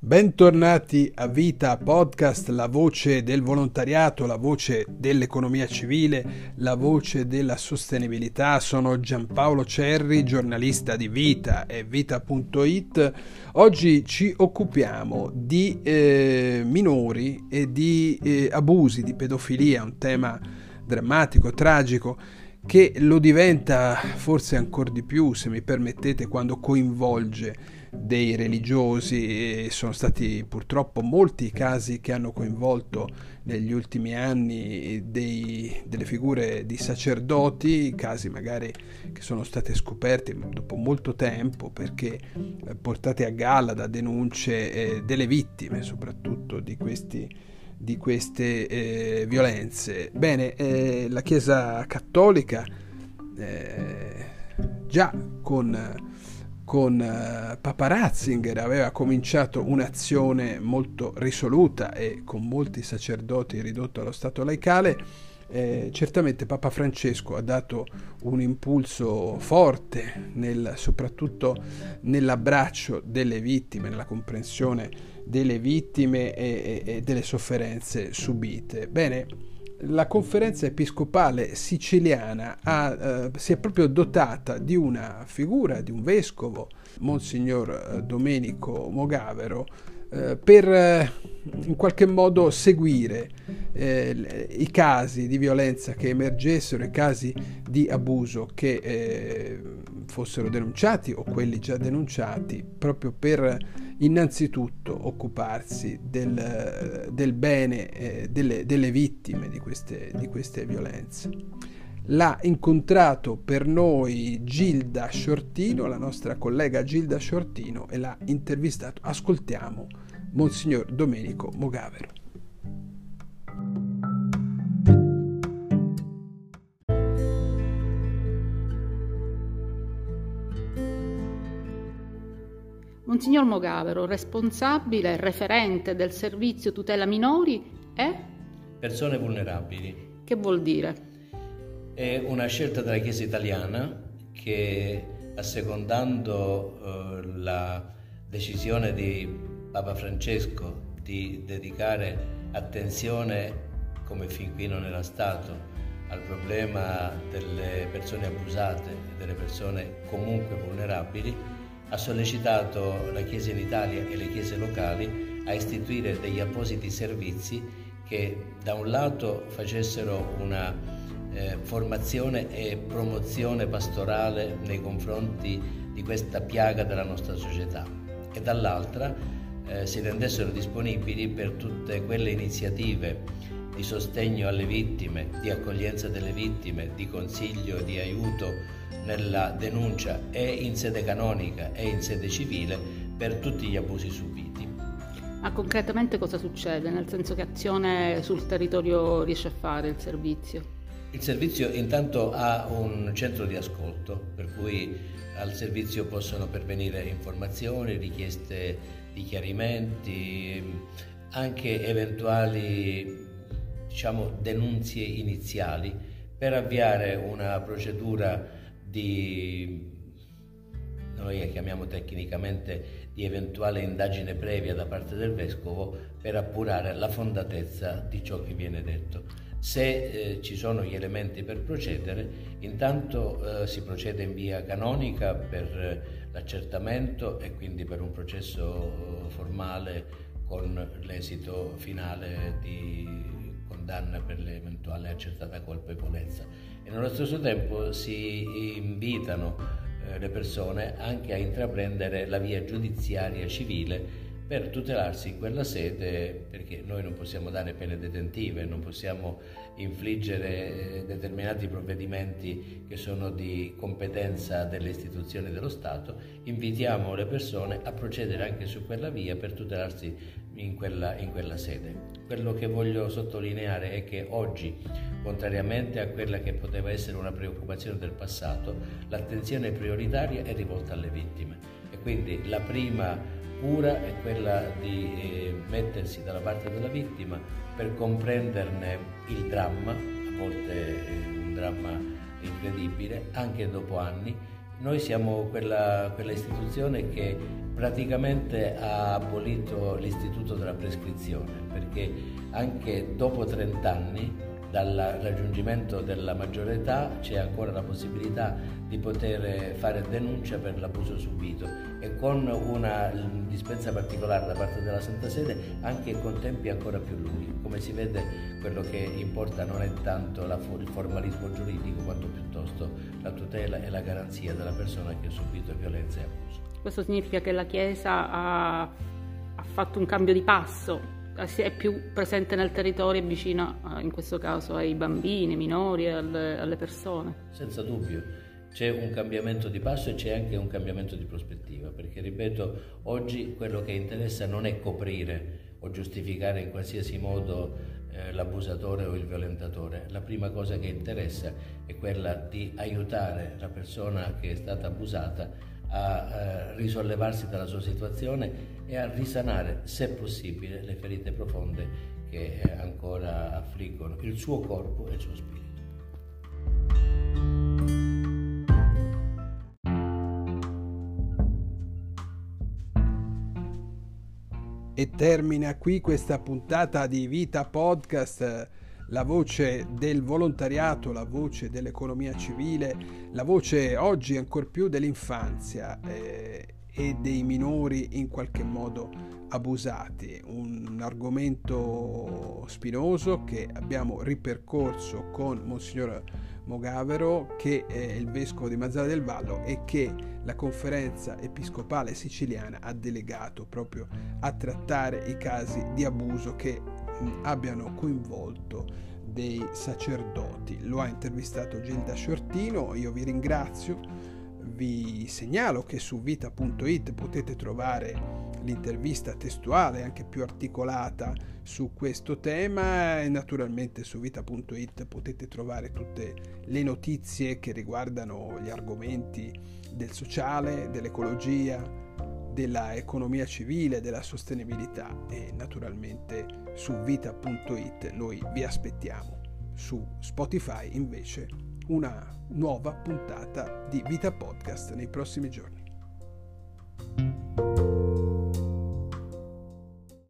Bentornati a Vita Podcast, la voce del volontariato, la voce dell'economia civile, la voce della sostenibilità. Sono Giampaolo Cerri, giornalista di Vita e Vita.it. Oggi ci occupiamo di minori e di abusi, di pedofilia, un tema drammatico, tragico, che lo diventa forse ancora di più, se mi permettete, quando coinvolge dei religiosi. Sono stati purtroppo molti i casi che hanno coinvolto negli ultimi anni delle figure di sacerdoti, casi magari che sono stati scoperti dopo molto tempo perché portati a galla da denunce delle vittime, soprattutto di queste violenze. Bene, la Chiesa Cattolica già con Papa Ratzinger aveva cominciato un'azione molto risoluta e con molti sacerdoti ridotto allo stato laicale. Certamente Papa Francesco ha dato un impulso forte soprattutto nell'abbraccio delle vittime, nella comprensione delle vittime e delle sofferenze subite. Bene, la Conferenza Episcopale Siciliana si è proprio dotata di una figura, di un vescovo, Monsignor Domenico Mogavero, per in qualche modo seguire i casi di violenza che emergessero, i casi di abuso che fossero denunciati o quelli già denunciati, proprio per innanzitutto occuparsi del bene delle vittime di queste violenze. L'ha incontrato per noi Gilda Sciortino, la nostra collega Gilda Sciortino, e l'ha intervistato. Ascoltiamo Monsignor Domenico Mogavero. Monsignor Mogavero, responsabile, referente del servizio tutela minori e persone vulnerabili. Che vuol dire? È una scelta della Chiesa italiana che, assecondando la decisione di Papa Francesco di dedicare attenzione, come fin qui non era stato, al problema delle persone abusate e delle persone comunque vulnerabili, ha sollecitato la Chiesa in Italia e le Chiese locali a istituire degli appositi servizi che da un lato facessero una formazione e promozione pastorale nei confronti di questa piaga della nostra società e dall'altra si rendessero disponibili per tutte quelle iniziative di sostegno alle vittime, di accoglienza delle vittime, di consiglio e di aiuto nella denuncia e in sede canonica e in sede civile per tutti gli abusi subiti. Ma concretamente cosa succede? Nel senso, che azione sul territorio riesce a fare il servizio? Il servizio intanto ha un centro di ascolto, per cui al servizio possono pervenire informazioni, richieste di chiarimenti, anche eventuali denunzie iniziali per avviare una procedura noi la chiamiamo tecnicamente di eventuale indagine previa da parte del Vescovo per appurare la fondatezza di ciò che viene detto. Se ci sono gli elementi per procedere, intanto si procede in via canonica per l'accertamento e quindi per un processo formale con l'esito finale di condanna per l'eventuale accertata colpevolezza. E nello stesso tempo si invitano le persone anche a intraprendere la via giudiziaria civile per tutelarsi in quella sede, perché noi non possiamo dare pene detentive, non possiamo infliggere determinati provvedimenti che sono di competenza delle istituzioni dello Stato. Invitiamo le persone a procedere anche su quella via per tutelarsi in quella sede. Quello che voglio sottolineare è che oggi, contrariamente a quella che poteva essere una preoccupazione del passato, l'attenzione prioritaria è rivolta alle vittime e quindi la prima cura è quella di mettersi dalla parte della vittima per comprenderne il dramma, a volte un dramma incredibile, anche dopo anni. Noi siamo quella istituzione che praticamente ha abolito l'istituto della prescrizione, perché anche dopo 30 anni dal raggiungimento della maggiore età c'è ancora la possibilità di poter fare denuncia per l'abuso subito, e con una dispensa particolare da parte della Santa Sede anche con tempi ancora più lunghi. Come si vede, quello che importa non è tanto il formalismo giuridico quanto piuttosto la tutela e la garanzia della persona che ha subito violenza e abuso. Questo significa che la Chiesa ha fatto un cambio di passo, è più presente nel territorio e vicino, in questo caso, ai bambini, ai minori, alle persone. Senza dubbio, c'è un cambiamento di passo e c'è anche un cambiamento di prospettiva, perché, ripeto, oggi quello che interessa non è coprire o giustificare in qualsiasi modo l'abusatore o il violentatore. La prima cosa che interessa è quella di aiutare la persona che è stata abusata a risollevarsi dalla sua situazione e a risanare, se possibile, le ferite profonde che ancora affliggono il suo corpo e il suo spirito. E termina qui questa puntata di Vita Podcast, la voce del volontariato, la voce dell'economia civile, la voce oggi ancor più dell'infanzia e dei minori in qualche modo abusati. Un argomento spinoso che abbiamo ripercorso con Monsignor Mogavero, che è il vescovo di Mazara del Vallo e che la Conferenza Episcopale Siciliana ha delegato proprio a trattare i casi di abuso che abbiano coinvolto dei sacerdoti. Lo ha intervistato Gilda Sciortino. Io vi ringrazio, vi segnalo che su vita.it potete trovare l'intervista testuale anche più articolata su questo tema, e naturalmente su vita.it potete trovare tutte le notizie che riguardano gli argomenti del sociale, dell'ecologia, della economia civile, della sostenibilità, e naturalmente su vita.it noi vi aspettiamo. Su Spotify invece una nuova puntata di Vita Podcast nei prossimi giorni.